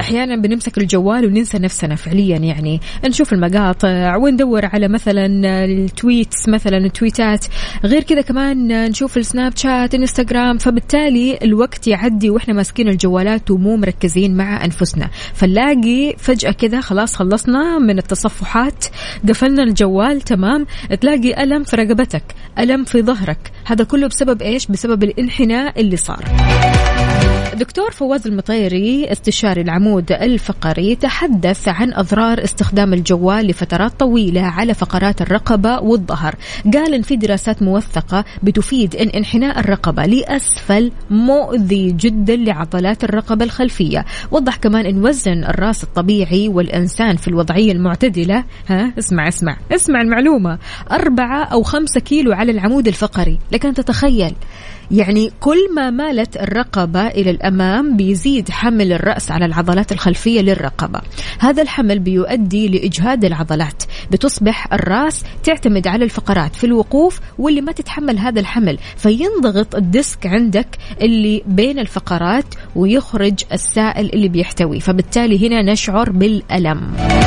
أحيانا بنمسك الجوال وننسى نفسنا فعليا، يعني نشوف المقاطع وندور على مثلا التويتس، مثلا التويتات، غير كذا كمان نشوف السناب شات، انستغرام، فبالتالي الوقت يعدي وإحنا ماسكين الجوالات ومو مركزين مع أنفسنا، فنلاقي فجأة كذا خلاص خلصنا من التصفحات، قفلنا الجوال تمام، تلاقي ألم في رقبتك، ألم في ظهرك. هذا كله بسبب إيش؟ بسبب الانحناء اللي صار. دكتور فواز المطيري استشاري العمود الفقري تحدث عن أضرار استخدام الجوال لفترات طويلة على فقرات الرقبة والظهر. قال إن في دراسات موثقة بتفيد إن انحناء الرقبة لأسفل مؤذي جدا لعضلات الرقبة الخلفية. وضح كمان إن وزن الرأس الطبيعي والإنسان في الوضعية المعتدلة، اسمع المعلومة، 4 أو 5 كيلو على العمود الفقري. لكن تتخيل يعني كل ما مالت الرقبة إلى الأمام بيزيد حمل الرأس على العضلات الخلفية للرقبة. هذا الحمل بيؤدي لإجهاد العضلات، بتصبح الرأس تعتمد على الفقرات في الوقوف، واللي ما تتحمل هذا الحمل فينضغط الديسك عندك اللي بين الفقرات ويخرج السائل اللي بيحتوي، فبالتالي هنا نشعر بالألم.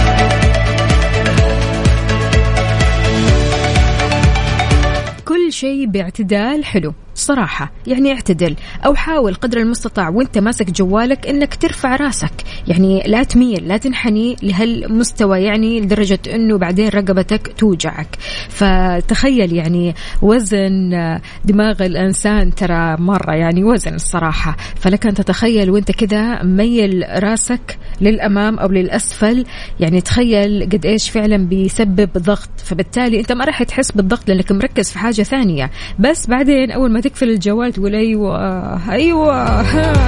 كل شيء باعتدال حلو صراحة، يعني اعتدل أو حاول قدر المستطاع وانت ماسك جوالك انك ترفع راسك، يعني لا تميل، لا تنحني لهالمستوى يعني لدرجة انه بعدين رقبتك توجعك. فتخيل يعني وزن دماغ الانسان ترى مرة يعني وزن الصراحة، فلك ان تتخيل وانت كذا ميل راسك للأمام أو للأسفل، يعني تخيل قد إيش فعلا بيسبب ضغط. فبالتالي أنت ما راح تحس بالضغط لأنك مركز في حاجة ثانية، بس بعدين أول ما تقفل الجوال تقول أيوة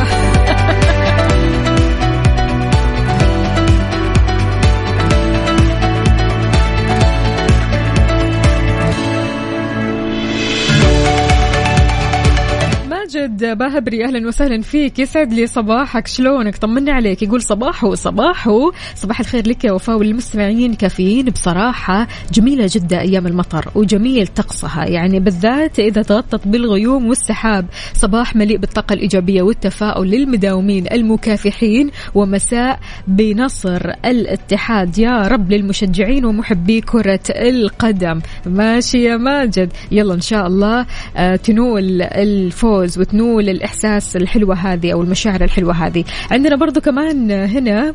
ماجد باهبري أهلا وسهلا فيك، يسعد لي صباحك، شلونك؟ طمني عليك. يقول صباح الخير لك يا وفاء والمستمعين. كافيين بصراحة جميلة جدا أيام المطر وجميل طقسها، يعني بالذات إذا تغطت بالغيوم والسحاب. صباح مليء بالطاقة الإيجابية والتفاؤل للمداومين المكافحين، ومساء بنصر الاتحاد يا رب للمشجعين ومحبي كرة القدم. ماشي يا ماجد، يلا إن شاء الله تنول الفوز وتنول الإحساس الحلوة هذه أو المشاعر الحلوة هذه. عندنا برضو كمان هنا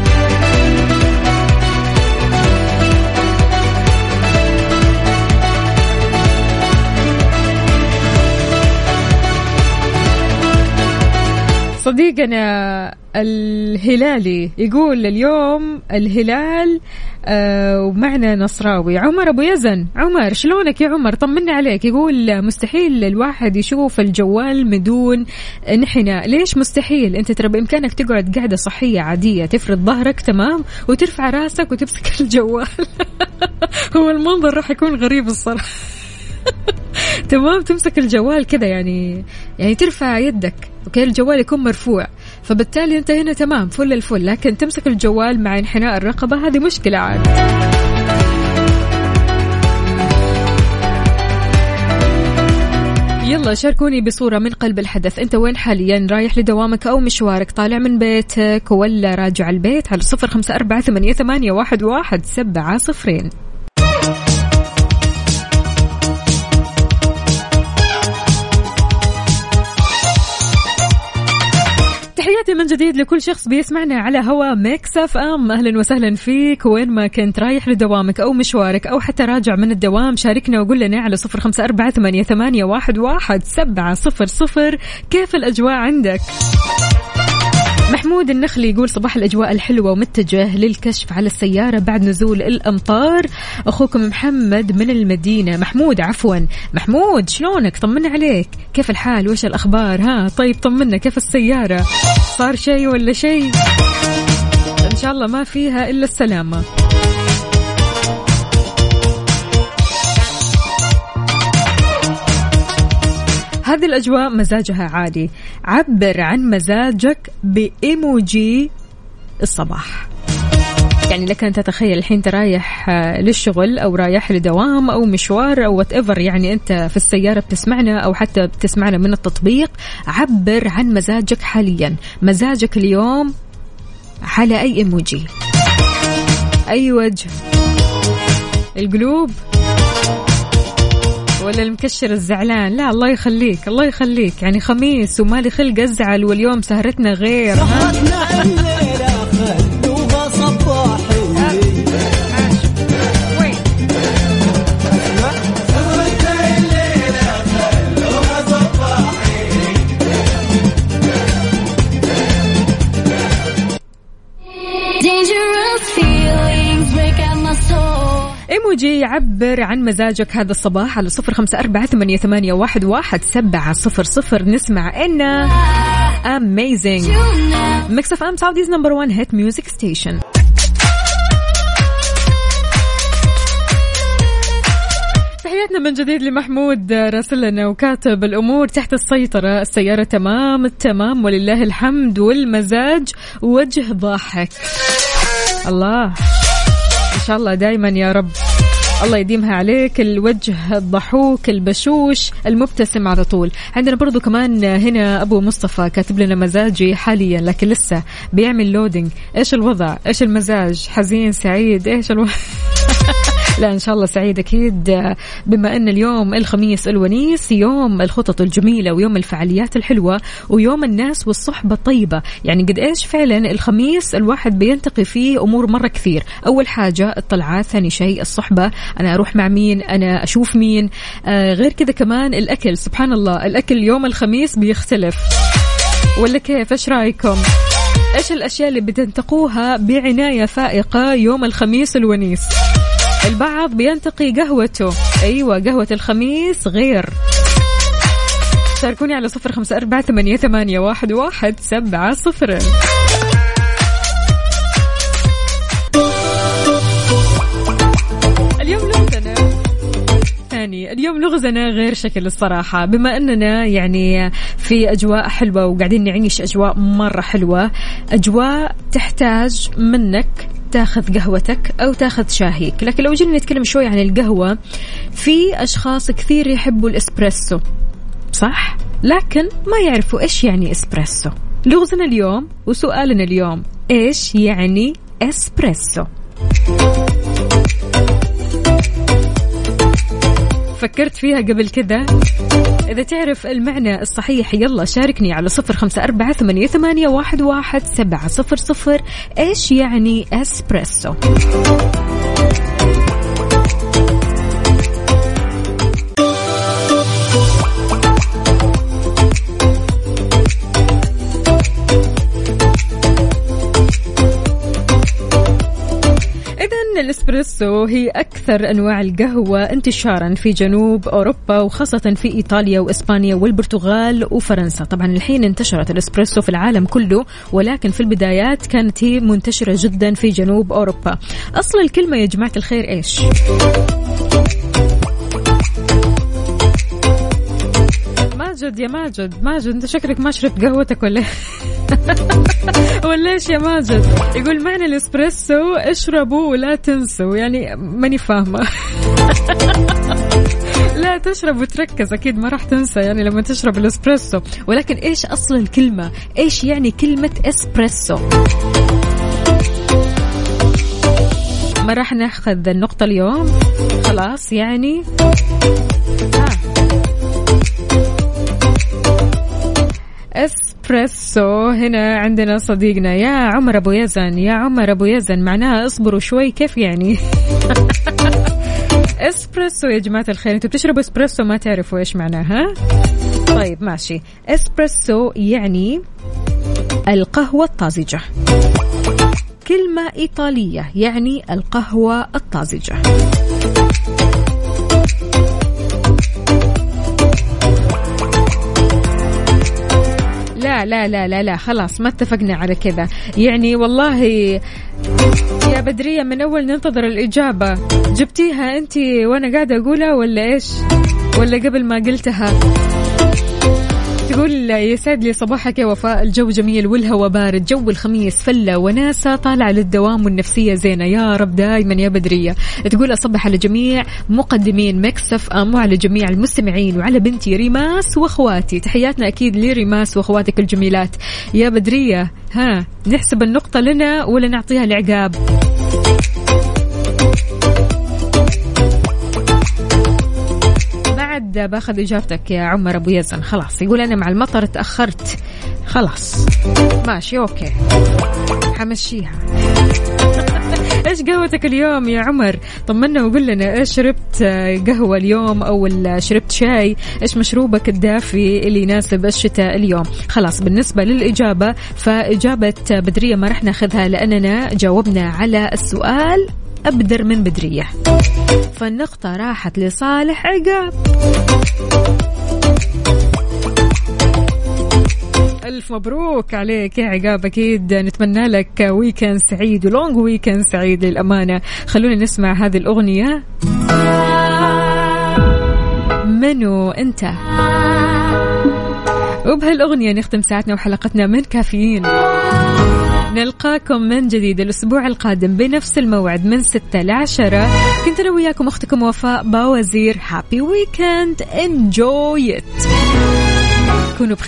صديقنا الهلالي يقول اليوم الهلال ومعنا نصراوي. عمر أبو يزن، عمر شلونك يا عمر؟ طمنا عليك. يقول مستحيل الواحد يشوف الجوال بدون انحناء. ليش مستحيل؟ انت ترى بإمكانك تقعد قاعدة صحية عادية، تفرد ظهرك تمام وترفع راسك وتمسك الجوال. هو المنظر راح يكون غريب الصراحة. تمام، تمسك الجوال كذا يعني ترفع يدك، اوكي، الجوال يكون مرفوع، فبالتالي انت هنا تمام فل الفل. لكن تمسك الجوال مع انحناء الرقبة هذه مشكلة عاد. يلا شاركوني بصورة من قلب الحدث. انت وين حاليا؟ رايح لدوامك او مشوارك؟ طالع من بيتك ولا راجع البيت؟ على 0548811700. تحياتي من جديد لكل شخص بيسمعنا على هوا ميكس اف ام. اهلا وسهلا فيك وين ما كنت، رايح لدوامك او مشوارك او حتى راجع من الدوام، شاركنا وقول لنا على 0548811700. كيف الاجواء عندك؟ محمود النخلي يقول صباح الأجواء الحلوة ومتجه للكشف على السيارة بعد نزول الأمطار. أخوكم محمد من المدينة. محمود شلونك؟ طمنا عليك، كيف الحال؟ وش الأخبار؟ ها طيب طمنا، كيف السيارة؟ صار شيء ولا شيء؟ إن شاء الله ما فيها إلا السلامة. هذه الأجواء مزاجها عادي. عبر عن مزاجك بإيموجي الصباح. يعني لك أن تتخيل الحين أنت رايح للشغل أو رايح لدوام أو مشوار أو whatever، يعني أنت في السيارة بتسمعنا أو حتى بتسمعنا من التطبيق. عبر عن مزاجك حاليا. مزاجك اليوم على أي إيموجي؟ أي وجه؟ القلوب ولا المكشر الزعلان؟ لا الله يخليك الله يخليك، يعني خميس ومالي خلق أزعل واليوم سهرتنا غير. سهرتنا الليلة خلوها صباحي. إيموجي يعبر عن مزاجك هذا الصباح على 0548811700. نسمع إنه amazing. Mix FM Saudi's number one hit music station. تحياتنا من جديد لمحمود راسلنا وكاتب الأمور تحت السيطرة، السيارة تمام التمام ولله الحمد والمزاج وجه ضاحك. الله إن شاء الله دايما يا رب الله يديمها عليك، الوجه الضحوك البشوش المبتسم على طول. عندنا برضو كمان هنا أبو مصطفى كاتب لنا مزاجي حاليا لكن لسه بيعمل لودينج. إيش الوضع؟ إيش المزاج؟ حزين سعيد؟ إيش لا إن شاء الله سعيد أكيد، بما أن اليوم الخميس الونيس، يوم الخطط الجميلة ويوم الفعاليات الحلوة ويوم الناس والصحبة الطيبة. يعني قد إيش فعلا الخميس الواحد بينتقي فيه أمور مرة كثير. أول حاجة الطلعات، ثاني شيء الصحبة، أنا أروح مع مين، أنا أشوف مين. غير كذا كمان الأكل، سبحان الله الأكل يوم الخميس بيختلف ولا كيف؟ إيش رأيكم؟ إيش الأشياء اللي بتنتقوها بعناية فائقة يوم الخميس الونيس؟ البعض بينتقي قهوته، أيوة قهوة الخميس غير. شاركوني على 0548811700. اليوم لغزنا غير شكل الصراحة، بما أننا يعني في أجواء حلوة وقاعدين نعيش أجواء مرة حلوة، أجواء تحتاج منك تاخذ قهوتك أو تاخذ شاهيك. لكن لو جينا نتكلم شوي عن القهوة، في أشخاص كثير يحبوا الإسبريسو صح؟ لكن ما يعرفوا إيش يعني إسبريسو. لغزنا اليوم وسؤالنا اليوم، إيش يعني إسبريسو؟ فكرت فيها قبل كده؟ إذا تعرف المعنى الصحيح يلا شاركني على 0548811700. إيش يعني إسبريسو؟ الإسبريسو هي أكثر أنواع القهوة انتشارا في جنوب أوروبا وخاصة في إيطاليا وإسبانيا والبرتغال وفرنسا. طبعا الحين انتشرت الإسبريسو في العالم كله، ولكن في البدايات كانت هي منتشرة جدا في جنوب أوروبا. أصل الكلمة يا جماعة الخير إيش؟ ماجد يا ماجد أنت شكلك ما شربت قهوتك ولا ولا إيش يا ماجد؟ يقول معنى الإسبريسو اشربوا ولا تنسوا، يعني ماني فاهمة. لا تشرب وتركز أكيد ما راح تنسى يعني لما تشرب الإسبريسو، ولكن إيش أصل الكلمة؟ إيش يعني كلمة إسبريسو؟ ما راح ناخذ النقطة اليوم خلاص يعني. اسبريسو هنا عندنا صديقنا يا عمر ابو يزن. يا عمر ابو يزن معناها اصبروا شوي، كيف يعني؟ اسبريسو يا جماعة الخير، انتوا بتشربوا اسبريسو ما تعرفوا ايش معناها؟ طيب ماشي. اسبريسو يعني القهوة الطازجة، كلمة إيطالية يعني القهوة الطازجة. لا لا لا لا لا خلاص ما اتفقنا على كذا يعني. والله يا بدرية من أول ننتظر الإجابة. جبتيها أنت وأنا قاعدة أقولها ولا إيش؟ ولا قبل ما قلتها؟ تقول يسعد لي صباحك يا وفاء، الجو جميل والهواء بارد، جو الخميس فلة وناسة، طالعة للدوام والنفسية زينة يا رب دايما يا بدرية. تقول أصبح على جميع مقدمين ميكس اف ام وعلى جميع المستمعين وعلى بنتي ريماس واخواتي. تحياتنا أكيد لريماس واخواتك الجميلات يا بدرية. ها نحسب النقطة لنا ولا نعطيها لعقاب؟ باخذ إجابتك يا عمر أبو يزن. خلاص يقول أنا مع المطر تأخرت، خلاص ماشي أوكي حمشيها. إيش قهوتك اليوم يا عمر؟ طمنا وقول لنا إيش شربت قهوة اليوم أو شربت شاي؟ إيش مشروبك الدافي اللي يناسب الشتاء اليوم؟ خلاص بالنسبة للإجابة فإجابة بدرية ما رح ناخذها لأننا جاوبنا على السؤال أبدر من بدرية، فالنقطة راحت لصالح عقاب. ألف مبروك عليك يا عقاب، أكيد نتمنى لك ويكند سعيد ولونج ويكند سعيد للأمانة. خلونا نسمع هذه الأغنية. منو أنت؟ وبهالأغنية نختم ساعتنا وحلقتنا من كافيين. نلقاكم من جديد الأسبوع القادم بنفس الموعد من 6 ل 10. كنت أنا وياكم أختكم وفاء باوزير. هابي ويكند، enjoy it. كونوا